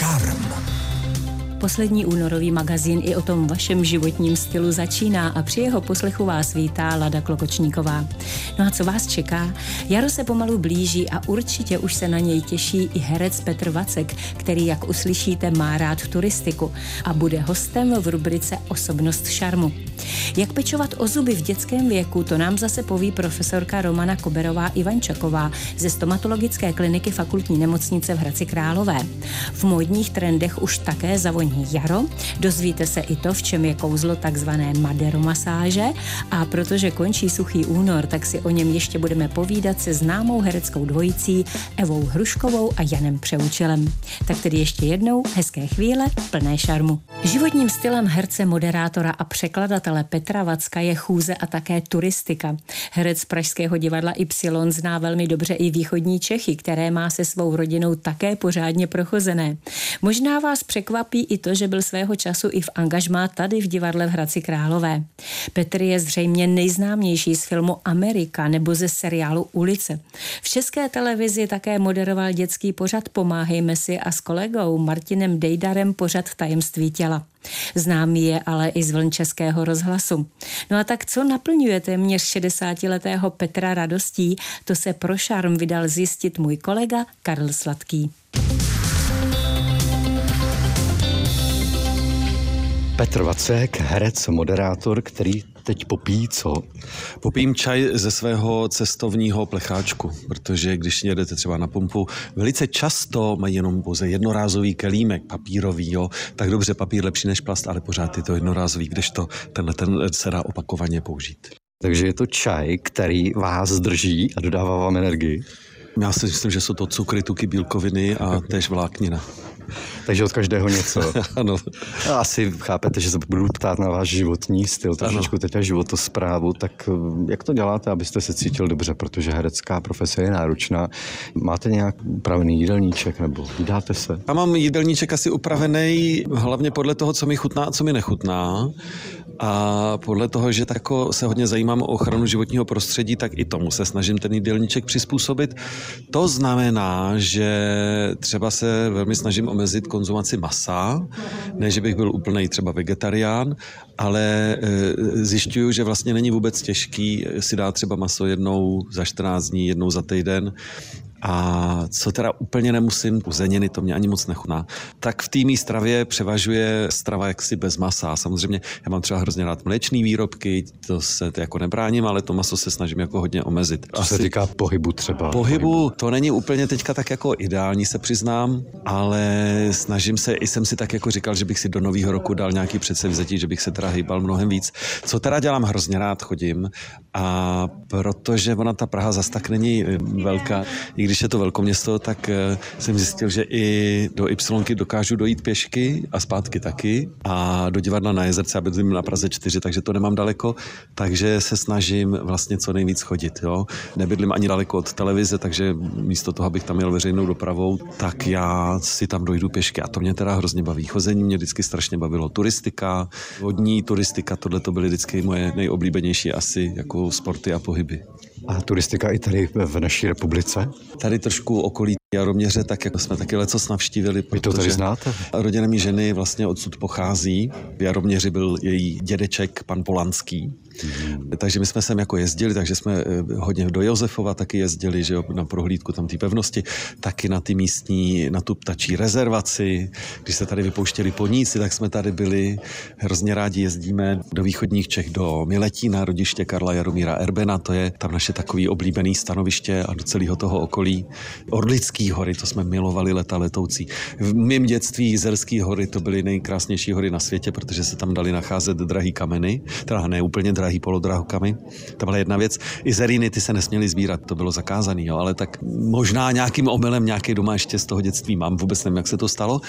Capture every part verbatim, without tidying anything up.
Šarm. Poslední únorový magazín i o tom vašem životním stylu začíná a při jeho poslechu vás vítá Lada Klokočníková. No a co vás čeká? Jaro se pomalu blíží a určitě už se na něj těší i herec Petr Vacek, který, jak uslyšíte, má rád turistiku a bude hostem v rubrice Osobnost šarmu. Jak pečovat o zuby v dětském věku, to nám zase poví profesorka Romana Koberová-Ivančaková ze stomatologické kliniky Fakultní nemocnice v Hradci Králové. V módních trendech už také zavoní jaro, dozvíte se i to, v čem je kouzlo takzvané maderomasáže, a protože končí suchý únor, tak si o něm ještě budeme povídat se známou hereckou dvojicí Evou Hruškovou a Janem Přeučelem. Tak tedy ještě jednou hezké chvíle plné šarmu. Životním stylem herce, moderátora a překladatele Petra Vacka je chůze a také turistika. Herec Pražského divadla Y zná velmi dobře i východní Čechy, které má se svou rodinou také pořádně prochozené. Možná vás překvapí i to, že byl svého času i v angažmá tady v divadle v Hradci Králové. Petr je zřejmě nejznámější z filmu Amerika nebo ze seriálu Ulice. V České televizi také moderoval dětský pořad Pomáhejme si a s kolegou Martinem Dejdarem pořad Tajemství těla. Známý je ale i z vln Českého rozhlasu. No a tak co naplňuje téměř šedesátiletého Petra radostí, to se pro šarm vydal zjistit můj kolega Karl Sladký. Petr Vacek, herec, moderátor, který teď popíjí co? Popijím čaj ze svého cestovního plecháčku, protože když jedete třeba na pumpu, velice často mají jenom pouze jednorázový kelímek papírový, jo. Tak dobře, papír lepší než plast, ale pořád je to jednorázový, kdežto tenhle ten se dá opakovaně použít. Takže je to čaj, který vás drží a dodává vám energii? Já si myslím, že jsou to cukry, tuky, bílkoviny a též vláknina. Takže od každého něco. Ano. Asi chápete, že se budu ptát na váš životní styl, trošičku teď a životosprávu, tak jak to děláte, abyste se cítil dobře, protože herecká profese je náročná. Máte nějak upravený jídelníček nebo jídáte se? Já mám jídelníček asi upravený hlavně podle toho, co mi chutná a co mi nechutná. A podle toho, že tak se hodně zajímám o ochranu životního prostředí, tak i tomu se snažím ten jídelníček přizpůsobit. To znamená, že třeba se velmi snažím omezit konzumaci masa, ne, že bych byl úplnej třeba vegetarián, ale zjišťuju, že vlastně není vůbec těžký si dát třeba maso jednou za čtrnáct dní, jednou za týden. A co teda úplně nemusím, uzeniny, to mě ani moc nechutná, tak v té mý stravě převažuje strava jaksi bez masa. Samozřejmě já mám třeba hrozně rád mléčný výrobky, to se to jako nebráním, ale to maso se snažím jako hodně omezit. Co se týká pohybu třeba? Pohybu, to není úplně teďka tak jako ideální, se přiznám, ale snažím se, i jsem si tak jako říkal, že bych si do nového roku dal nějaký předsevzetí, že bych se teda hýbal mnohem víc. Co teda dělám, hrozně rád chodím, a protože ona ta Praha zas tak není velká, i když je to velkoměsto, tak jsem zjistil, že i do Ypsilonky dokážu dojít pěšky a zpátky taky a do divadla na Jezerce, já bydlím na Praze čtyři, takže to nemám daleko, takže se snažím vlastně co nejvíc chodit. Jo. Nebydlím ani daleko od televize, takže místo toho, abych tam jel veřejnou dopravou, tak já si tam dojdu pěšky a to mě teda hrozně baví. Chození mě vždycky strašně bavilo. Turistika, vodní turistika, tohle to byly vždycky moje nejoblíbenější asi jako sporty a pohyby. A turistika i tady v naší republice? Tady trošku okolí Jaroměře, tak jako jsme taky lecos navštívili. Vy to tady znáte? Rodina mý ženy vlastně odsud pochází. V Jaroměři byl její dědeček, pan Polanský. Hmm. Takže my jsme sem jako jezdili, takže jsme hodně do Josefova taky jezdili, že jo, na prohlídku tam té pevnosti, taky na ty místní, na tu ptačí rezervaci. Když se tady vypouštěli poníci, tak jsme tady byli. Hrozně rádi jezdíme do východních Čech, do Miletí, na rodiště Karla Jaromíra Erbena, to je tam naše takový oblíbený stanoviště a do celého toho okolí. Orlický hory, to jsme milovali leta letoucí. V mém dětství Jizerský hory, to byly nejkrásnější hory na světě, protože se tam dali nacházet drahý kameny, teda ne úplně drahý polodrahokamy. To byla jedna věc. Izeríny, ty se nesměly sbírat, to bylo zakázaný, jo, ale tak možná nějakým omylem nějaký doma ještě z toho dětství mám, vůbec nevím, jak se to stalo.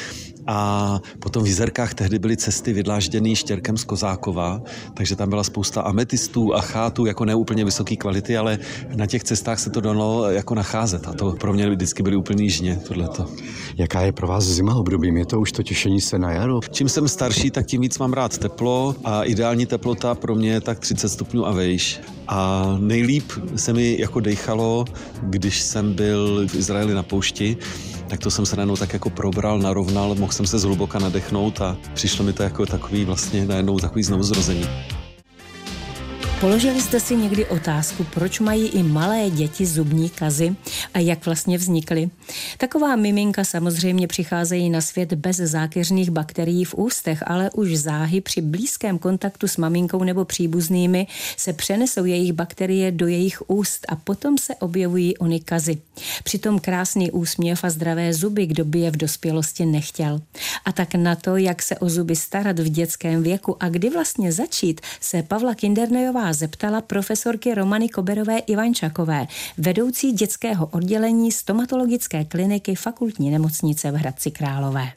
A potom v Jizerkách tehdy byly cesty vydlážděný štěrkem z Kozákova, takže tam byla spousta ametistů a chátů, jako ne úplně vysoké kvality, ale na těch cestách se to dalo jako nacházet a to pro mě vždycky byly úplně žně, tohleto. Jaká je pro vás zima obdobím? Je to už to těšení se na jaro? Čím jsem starší, tak tím víc mám rád teplo a ideální teplota pro mě je tak třicet stupňů a vejš. A nejlíp se mi jako dejchalo, když jsem byl v Izraeli na poušti, tak to jsem se najednou tak jako probral, narovnal, mohl jsem se zhluboka nadechnout a přišlo mi to jako takový vlastně najednou takový znovuzrození. Položili jste si někdy otázku, proč mají i malé děti zubní kazy a jak vlastně vznikly? Taková miminka samozřejmě přicházejí na svět bez zákeřných bakterií v ústech, ale už záhy při blízkém kontaktu s maminkou nebo příbuznými se přenesou jejich bakterie do jejich úst a potom se objevují ony kazy. Přitom krásný úsměv a zdravé zuby, kdo by je v dospělosti nechtěl. A tak na to, jak se o zuby starat v dětském věku a kdy vlastně začít, se Pavla Kindernojová zeptala profesorky Romany Koberové Ivančakové, vedoucí dětského oddělení stomatologické kliniky Fakultní nemocnice v Hradci Králové.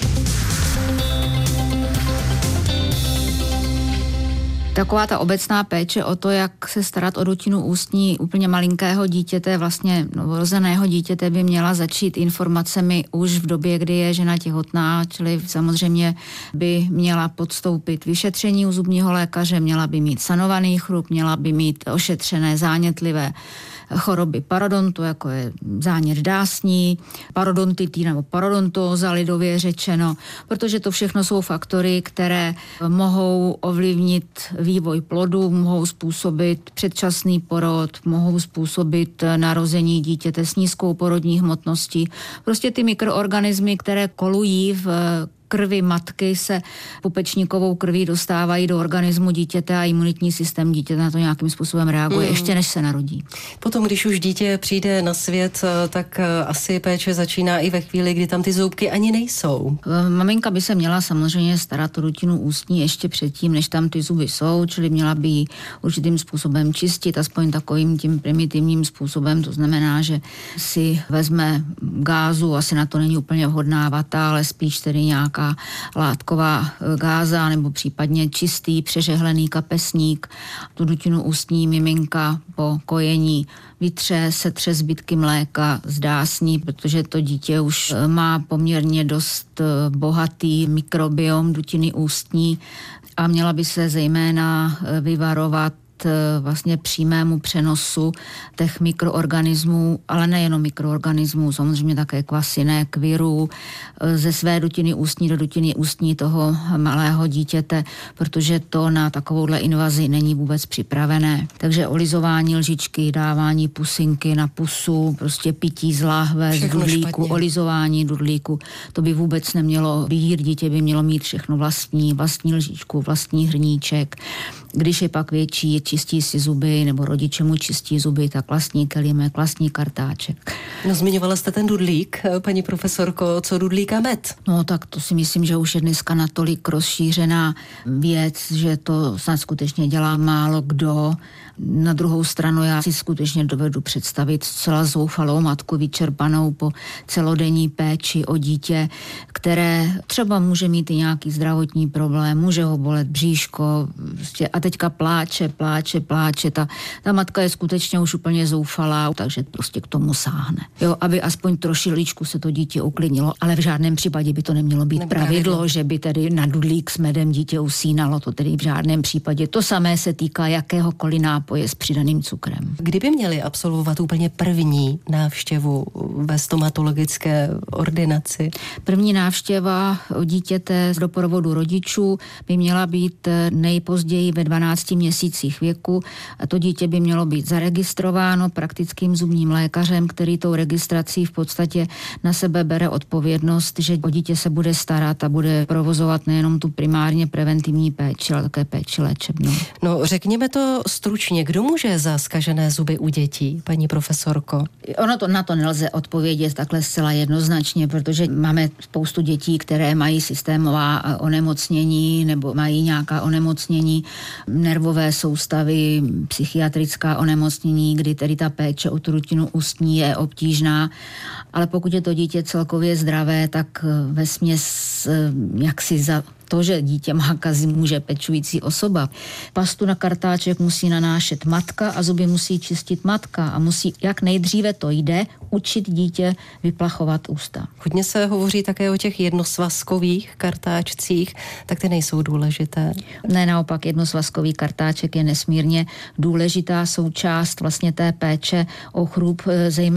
Taková ta obecná péče o to, jak se starat o dutinu ústní úplně malinkého dítěte, vlastně novorozeného dítěte, by měla začít informacemi už v době, kdy je žena těhotná, čili samozřejmě by měla podstoupit vyšetření u zubního lékaře, měla by mít sanovaný chrup, měla by mít ošetřené zánětlivé choroby parodontu, jako je zánět dásní, parodontití nebo parodontóza lidově řečeno, protože to všechno jsou faktory, které mohou ovlivnit vývoj plodu, mohou způsobit předčasný porod, mohou způsobit narození dítěte s nízkou porodní hmotností. Prostě ty mikroorganismy, které kolují v krvi matky, se pupečníkovou krví dostávají do organismu dítěte a imunitní systém dítěte na to nějakým způsobem reaguje, mm. ještě než se narodí. Potom, když už dítě přijde na svět, tak asi péče začíná i ve chvíli, kdy tam ty zubky ani nejsou. Maminka by se měla samozřejmě starat o dutinu ústní ještě předtím, než tam ty zuby jsou, čili měla by ji určitým způsobem čistit, aspoň takovým tím primitivním způsobem, to znamená, že si vezme gázu, asi na to není úplně vhodná vata, ale spíš tedy nějaká látková gáza nebo případně čistý přežehlený kapesník. Tu dutinu ústní miminka po kojení vytře, setře zbytky mléka z dásní, protože to dítě už má poměrně dost bohatý mikrobiom dutiny ústní a měla by se zejména vyvarovat vlastně přímému přenosu těch mikroorganismů, ale nejenom mikroorganismů, samozřejmě také kvasinek, virů, ze své dutiny ústní do dutiny ústní toho malého dítěte, protože to na takovouhle invazi není vůbec připravené. Takže olizování lžičky, dávání pusinky na pusu, prostě pití z láhve, z dudlíku, olizování dudlíku, to by vůbec nemělo být. Dítě by mělo mít všechno vlastní, vlastní lžičku, vlastní hrníček. Když je pak větší, čistí si zuby, nebo rodiče mu čistí zuby, tak vlastní kelímek, vlastní kartáček. No, zmiňovala jste ten dudlík, paní profesorko, co dudlík a med? No tak to si myslím, že už je dneska natolik rozšířená věc, že to snad skutečně dělá málo kdo. Na druhou stranu já si skutečně dovedu představit zcela zoufalou matku vyčerpanou po celodenní péči o dítě, které třeba může mít i nějaký zdravotní problém, může ho bolet bříško a teďka pláče, pláče, pláče. Ta, ta matka je skutečně už úplně zoufalá, takže prostě k tomu sáhne. Jo, aby aspoň trošičku se to dítě uklidnilo, ale v žádném případě by to nemělo být pravidlo, pravidlo, že by tedy na dudlík s medem dítě usínalo, to tedy v žádném případě. To samé se týká jakéhokoliv nápoje s přidaným cukrem. Kdyby měli absolvovat úplně první návštěvu ve stomatologické ordinaci? První návštěva dítěte z doprovodu rodičů by měla být nejpozději ve dvanácti měsících věku. A to dítě by mělo být zaregistrováno praktickým zubním lékařem, který tou registrací v podstatě na sebe bere odpovědnost, že o dítě se bude starat a bude provozovat nejenom tu primárně preventivní péči, ale také péči léčebnou. No, řekněme to stručně. Kdo může za zkažené zuby u dětí, paní profesorko? Ono to na to nelze odpovědět takhle zcela jednoznačně, protože máme spoustu dětí, které mají systémová onemocnění nebo mají nějaká onemocnění nervové soustavy, psychiatrická onemocnění, kdy tedy ta péče o tu dutinu ústní je obtížná, ale pokud je to dítě celkově zdravé, tak vesměs jaksi za to, že dítě má kazy, může pečující osoba. Pastu na kartáček musí nanášet matka a zuby musí čistit matka a musí, jak nejdříve to jde, učit dítě vyplachovat ústa. Hodně se hovoří také o těch jednosvazkových kartáčcích, tak ty nejsou důležité. Ne, naopak jednosvazkový kartáček je nesmírně důležitá součást vlastně té péče o chrup, zejména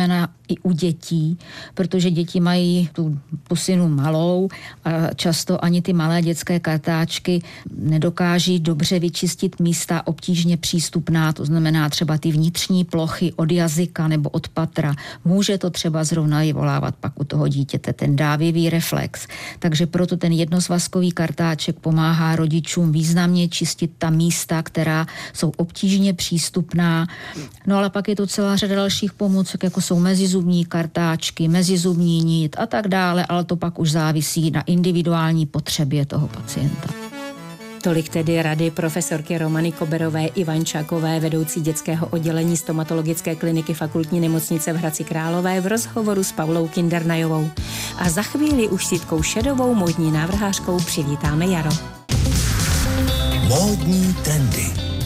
i u dětí, protože děti mají tu pusinu malou a často ani ty malé dětské kartáčky nedokáží dobře vyčistit místa obtížně přístupná, to znamená třeba ty vnitřní plochy od jazyka nebo od patra. Může to třeba zrovna vyvolávat pak u toho dítěte ten dávivý reflex. Takže proto ten jednosvazkový kartáček pomáhá rodičům významně čistit ta místa, která jsou obtížně přístupná. No ale pak je to celá řada dalších pomůcek, jako jsou mezizubní kartáčky, mezizubní nit a tak dále, ale to pak už závisí na individuální potřebě toho pacienta. Tolik tedy rady profesorky Romany Koberové Ivančákové, vedoucí dětského oddělení stomatologické kliniky Fakultní nemocnice v Hradci Králové v rozhovoru s Paulou Kindernajovou. A za chvíli už s Jitkou Šedovou, módní návrhářkou, přivítáme jaro. Módní trendy.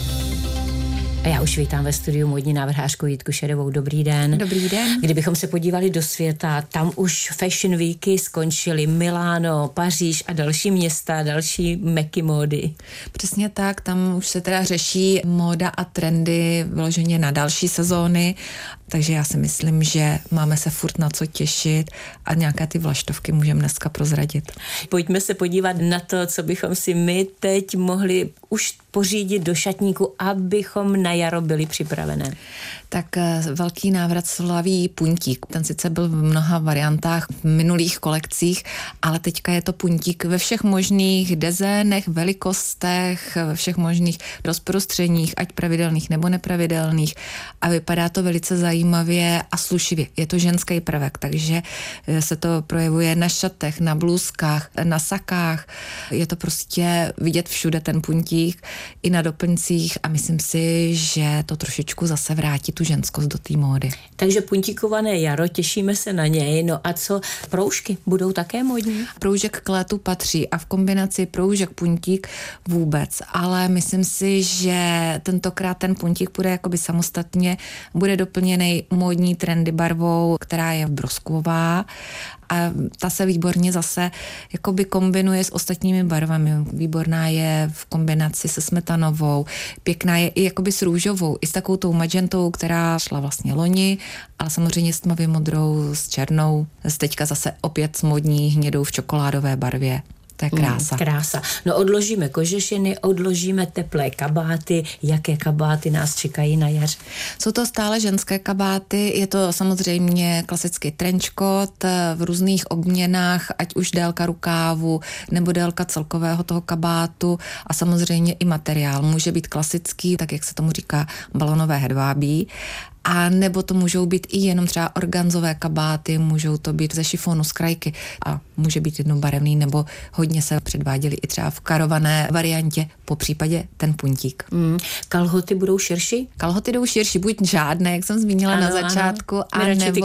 A já už vítám ve studiu módní návrhářku Jitku Šedovou. Dobrý den. Dobrý den. Kdybychom se podívali do světa, tam už fashion weeky skončily, Miláno, Paříž a další města, další meky módy. Přesně tak, tam už se teda řeší móda a trendy vyloženě na další sezóny, takže já si myslím, že máme se furt na co těšit a nějaké ty vlaštovky můžeme dneska prozradit. Pojďme se podívat na to, co bychom si my teď mohli už pořídit do šatníku, abychom na jaro byli připravené. Tak velký návrat slaví puntík. Ten sice byl v mnoha variantách v minulých kolekcích, ale teďka je to puntík ve všech možných dezénech, velikostech, ve všech možných rozprostřeních, ať pravidelných nebo nepravidelných, a vypadá to velice zajímavě a slušivě. Je to ženský prvek, takže se to projevuje na šatech, na blůzkách, na sakách. Je to prostě vidět všude ten puntík, i na doplňcích, a myslím si, že to trošičku zase vrátí tu ženskost do té módy. Takže puntíkované jaro, těšíme se na něj. No a co, proužky budou také módní? Proužek k létu patří a v kombinaci proužek puntík vůbec, ale myslím si, že tentokrát ten puntík bude jakoby samostatně, bude doplněný módní trendy barvou, která je brosková, a ta se výborně zase jakoby kombinuje s ostatními barvami. Výborná je v kombinaci se smetanovou, pěkná je i jakoby s růžovou, i s takovou tou magentou, která šla vlastně loni, ale samozřejmě s tmavě modrou, s černou, s teďka zase opět s modní hnědou v čokoládové barvě. To je krása. Mm, krása. No odložíme kožešiny, odložíme teplé kabáty. Jaké kabáty nás čekají na jaře? Jsou to stále ženské kabáty, je to samozřejmě klasický trenčkot v různých obměnách, ať už délka rukávu nebo délka celkového toho kabátu, a samozřejmě i materiál. Může být klasický, tak jak se tomu říká, balonové hedvábí, a nebo to můžou být i jenom třeba organzové kabáty, můžou to být ze šifonu, z krajky, a může být jednobarevný, nebo hodně se předváděli i třeba v karované variantě, po případě ten puntík. Mm. Kalhoty budou širší? Kalhoty jdou širší, buď žádné, jak jsem zmínila ano, na začátku, a nebo,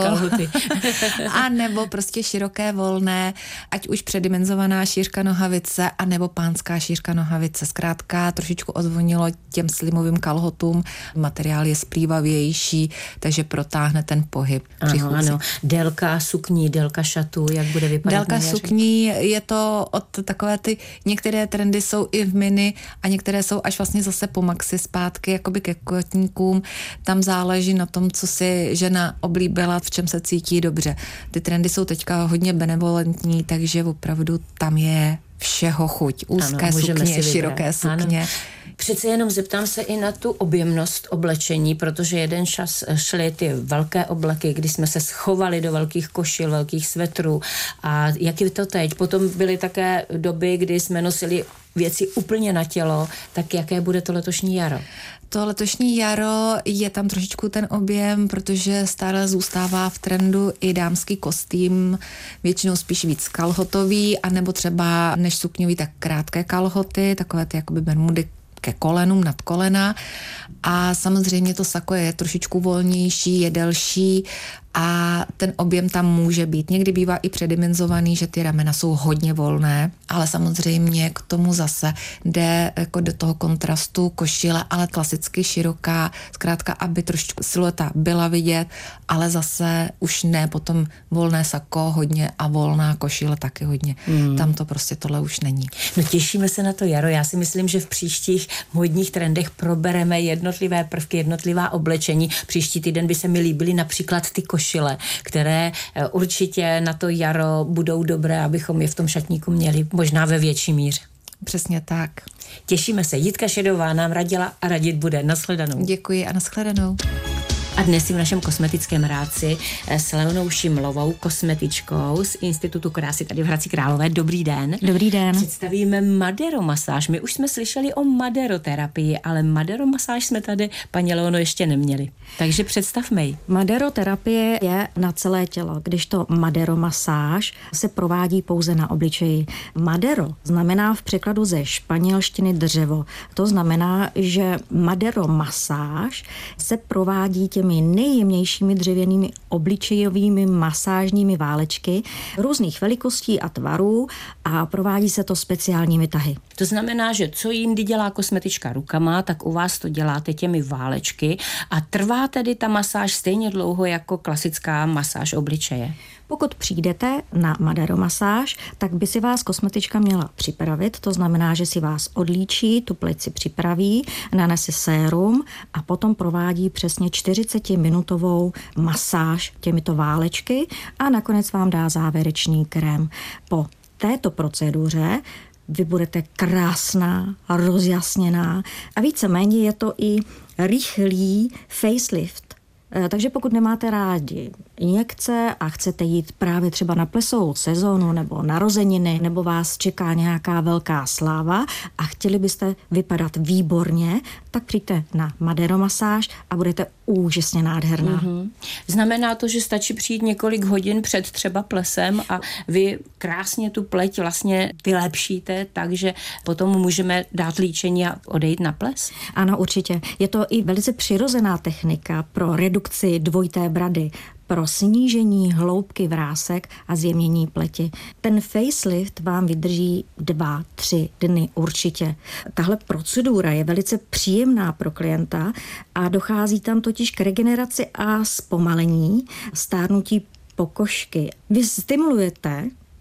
a nebo prostě široké volné, ať už předimenzovaná šířka nohavice, a nebo pánská šířka nohavice. Zkrátka trošičku odzvonilo těm slimovým kalhotům, materiál je splývavější, takže protáhne ten pohyb. Ano, ano. Délka sukní, délka šatů, jak bude vypadat? Délka sukní, je to od takové ty, některé trendy jsou i v mini a některé jsou až vlastně zase po maxi zpátky, jakoby ke kotníkům. Tam záleží na tom, co si žena oblíbila, v čem se cítí dobře. Ty trendy jsou teďka hodně benevolentní, takže opravdu tam je všeho chuť. Úzké ano, sukně, široké sukně. Ano. Přece jenom zeptám se i na tu objemnost oblečení, protože jeden čas šly ty velké obleky, kdy jsme se schovali do velkých košil, velkých svetrů. A jak je to teď? Potom byly také doby, kdy jsme nosili věci úplně na tělo. Tak jaké bude to letošní jaro? To letošní jaro je tam trošičku ten objem, protože stále zůstává v trendu i dámský kostým, většinou spíš víc kalhotový, anebo třeba než sukňový, tak krátké kalhoty, takové ty jakoby bermudy ke kolenům, nad kolena, a samozřejmě to sako je trošičku volnější, je delší a ten objem tam může být. Někdy bývá i předimenzovaný, že ty ramena jsou hodně volné, ale samozřejmě k tomu zase jde jako do toho kontrastu košile, ale klasicky široká, zkrátka, aby trošičku silueta byla vidět, ale zase už ne potom volné sako hodně a volná košile taky hodně. Hmm. Tam to prostě tohle už není. No těšíme se na to jaro. Já si myslím, že v příštích módních trendech probereme jednotlivé prvky, jednotlivá oblečení. Příští týden by se mi líbily například ty košile košile, které určitě na to jaro budou dobré, abychom je v tom šatníku měli možná ve větší míře. Přesně tak. Těšíme se. Jitka Šedová nám radila a radit bude. Nashledanou. Děkuji a nashledanou. A dnes si v našem kosmetickém ráci s Leonou Šimlovou, kosmetičkou z Institutu krásy tady v Hradci Králové. Dobrý den. Dobrý den. Představíme maderomasáž. My už jsme slyšeli o maderoterapii, ale maderomasáž jsme tady, paní Leono, ještě neměli. Takže představme ji. Maderoterapie je na celé tělo, kdežto maderomasáž se provádí pouze na obličeji. Madero znamená v překladu ze španělštiny dřevo. To znamená, že maderomasáž se provádí těmi nejjemnějšími dřevěnými obličejovými masážními válečky různých velikostí a tvarů a provádí se to speciálními tahy. To znamená, že co jindy dělá kosmetička rukama, tak u vás to děláte těmi válečky a trvá tedy ta masáž stejně dlouho jako klasická masáž obličeje. Pokud přijdete na maderomasáž, tak by si vás kosmetička měla připravit, to znamená, že si vás odlíčí, tu pleť si připraví, nanese sérum a potom provádí přesně čtyřicetiminutovou masáž těmito válečky a nakonec vám dá závěrečný krém. Po této proceduře vy budete krásná, rozjasněná a víceméně je to i rychlý facelift. Takže pokud nemáte rádi injekce a chcete jít právě třeba na plesovou sezónu nebo narozeniny, nebo vás čeká nějaká velká sláva a chtěli byste vypadat výborně, tak přijďte na maderomasáž a budete úžasně nádherná. Mm-hmm. Znamená to, že stačí přijít několik hodin před třeba plesem a vy krásně tu pleť vlastně vylepšíte, takže potom můžeme dát líčení a odejít na ples? Ano, určitě. Je to i velice přirozená technika pro redukci dvojité brady, pro snížení hloubky vrásek a zjemnění pleti. Ten facelift vám vydrží dva, tři dny určitě. Tahle procedura je velice příjemná pro klienta a dochází tam totiž k regeneraci a zpomalení stárnutí pokožky. Vy stimulujete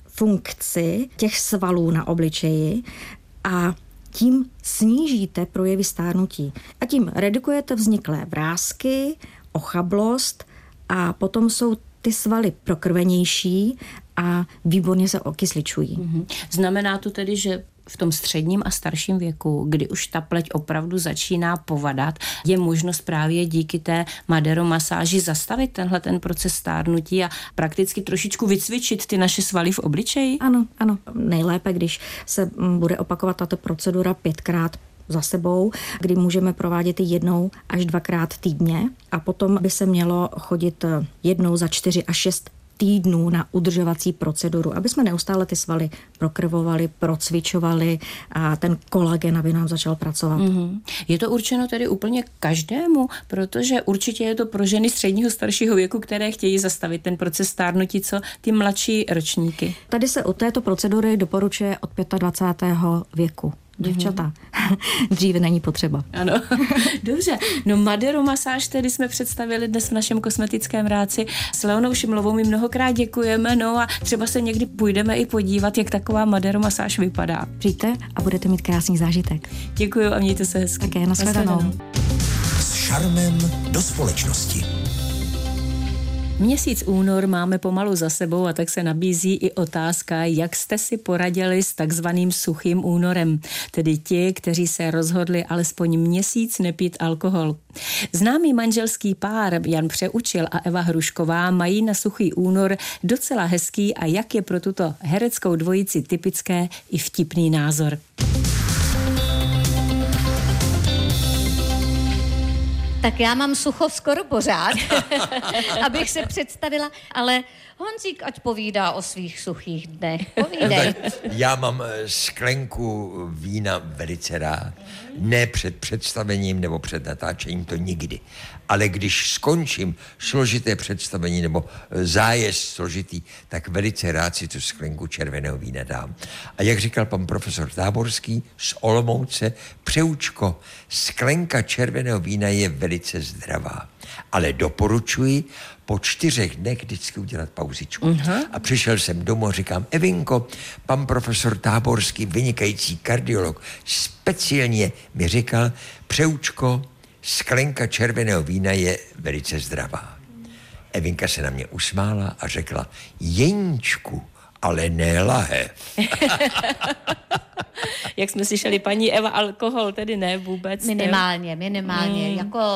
funkci těch svalů na obličeji a tím snížíte projevy stárnutí. A tím redukujete vzniklé vrásky, ochablost a potom jsou ty svaly prokrvenější a výborně se okysličují. Mm-hmm. Znamená to tedy, že v tom středním a starším věku, kdy už ta pleť opravdu začíná povadat, je možnost právě díky té maderomasáži zastavit tenhle ten proces stárnutí a prakticky trošičku vycvičit ty naše svaly v obličeji? Ano, ano. Nejlépe, když se bude opakovat tato procedura pětkrát za sebou, kdy můžeme provádět jednou až dvakrát týdně a potom by se mělo chodit jednou za čtyři až šest týdnů na udržovací proceduru, aby jsme neustále ty svaly prokrvovali, procvičovali a ten kolagen, aby nám začal pracovat. Mm-hmm. Je to určeno tedy úplně každému, protože určitě je to pro ženy středního staršího věku, které chtějí zastavit ten proces stárnutí, co ty mladší ročníky. Tady se od této procedury doporučuje od dvacátého pátého věku. Děvčata, mm-hmm. dříve není potřeba. Ano, dobře. No maderomasáž tedy jsme představili dnes v našem kosmetickém ráci. S Leonou Šimlovou mi mnohokrát děkujeme, no a třeba se někdy půjdeme i podívat, jak taková maderomasáž vypadá. Přijďte a budete mít krásný zážitek. Děkuju a mějte se hezky. Také, nashledanou. S šarmem do společnosti. Měsíc únor máme pomalu za sebou a tak se nabízí i otázka, jak jste si poradili s takzvaným suchým únorem, tedy ti, kteří se rozhodli alespoň měsíc nepít alkohol. Známý manželský pár Jan Přeučil a Eva Hrušková mají na suchý únor docela hezký a jak je pro tuto hereckou dvojici typické i vtipný názor. Tak já mám sucho skoro pořád, abych se představila, ale Honzík ať povídá o svých suchých dnech. Povídej. Já mám sklenku vína velice rád. Ne před představením nebo před natáčením, to nikdy. Ale když skončím složité představení nebo zájezd složitý, tak velice rád si tu sklenku červeného vína dám. A jak říkal pan profesor Táborský z Olomouce, Přeučko, sklenka červeného vína je velice zdravá. Ale doporučuji po čtyřech dnech vždycky udělat pauzičku. Uh-huh. A přišel jsem domů a říkám, Evinko, pan profesor Táborský, vynikající kardiolog, speciálně mi říkal, Přeučko, sklenka červeného vína je velice zdravá. Evinka se na mě usmála a řekla, Jeníčku, ale ne lahev. Jak jsme slyšeli, paní Eva, alkohol tedy ne vůbec. Minimálně, minimálně. Hmm. Jako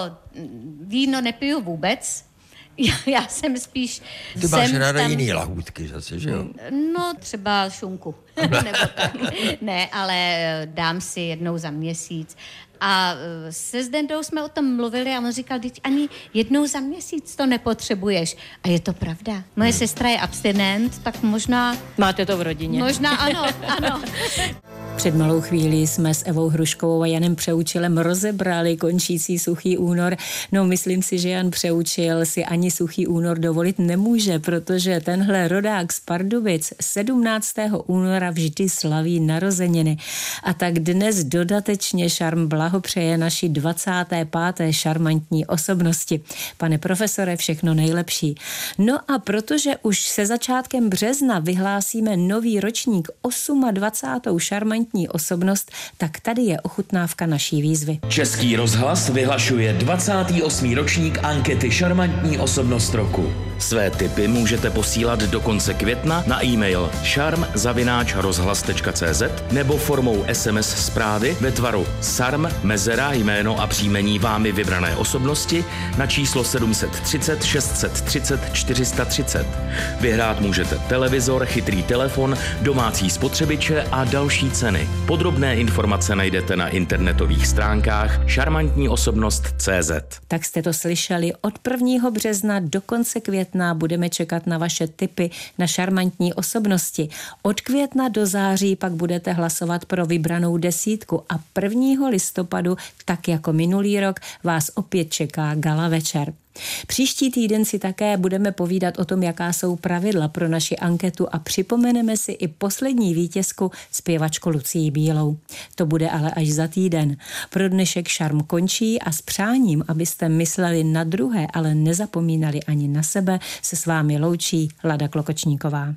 víno nepiju vůbec. Já, já jsem spíš... Ty máš ráda tam... jiný lahůdky zase, že jo? No, třeba šunku. Nebo tak. Ne, ale dám si jednou za měsíc. A se Zdendou jsme o tom mluvili a on říkal, teď ani jednou za měsíc to nepotřebuješ. A je to pravda. Moje hmm. sestra je abstinent, tak možná... Máte to v rodině. Možná ano, ano. Před malou chvílí jsme s Evou Hruškovou a Janem Přeučilem rozebrali končící suchý únor. No, myslím si, že Jan Přeučil si ani suchý únor dovolit nemůže, protože tenhle rodák z Pardubic sedmnáctého února vždy slaví narozeniny. A tak dnes dodatečně šarm blahopřeje naší dvacáté páté šarmantní osobnosti. Pane profesore, všechno nejlepší. No a protože už se začátkem března vyhlásíme nový ročník dvacátou osmou šarmantní osobnost, tak tady je ochutnávka naší výzvy. Český rozhlas vyhlašuje dvacátý osmý ročník ankety Šarmantní osobnost roku. Své tipy můžete posílat do konce května na e-mail šarm zavináč rozhlas tečka cé zet nebo formou es em es zprávy ve tvaru sarm, mezera, jméno a příjmení vámi vybrané osobnosti na číslo sedm set třicet šest set třicet čtyři sta třicet. Vyhrát můžete televizor, chytrý telefon, domácí spotřebiče a další ceny. Podrobné informace najdete na internetových stránkách šarmantní osobnost tečka cé zet. Tak jste to slyšeli, od prvního března do konce května budeme čekat na vaše tipy na šarmantní osobnosti. Od května do září pak budete hlasovat pro vybranou desítku a prvního listopadu, tak jako minulý rok, vás opět čeká gala večer. Příští týden si také budeme povídat o tom, jaká jsou pravidla pro naši anketu a připomeneme si i poslední vítězku, zpěvačku Lucii Bílou. To bude ale až za týden. Pro dnešek šarm končí a s přáním, abyste mysleli na druhé, ale nezapomínali ani na sebe, se s vámi loučí Lada Klokočníková.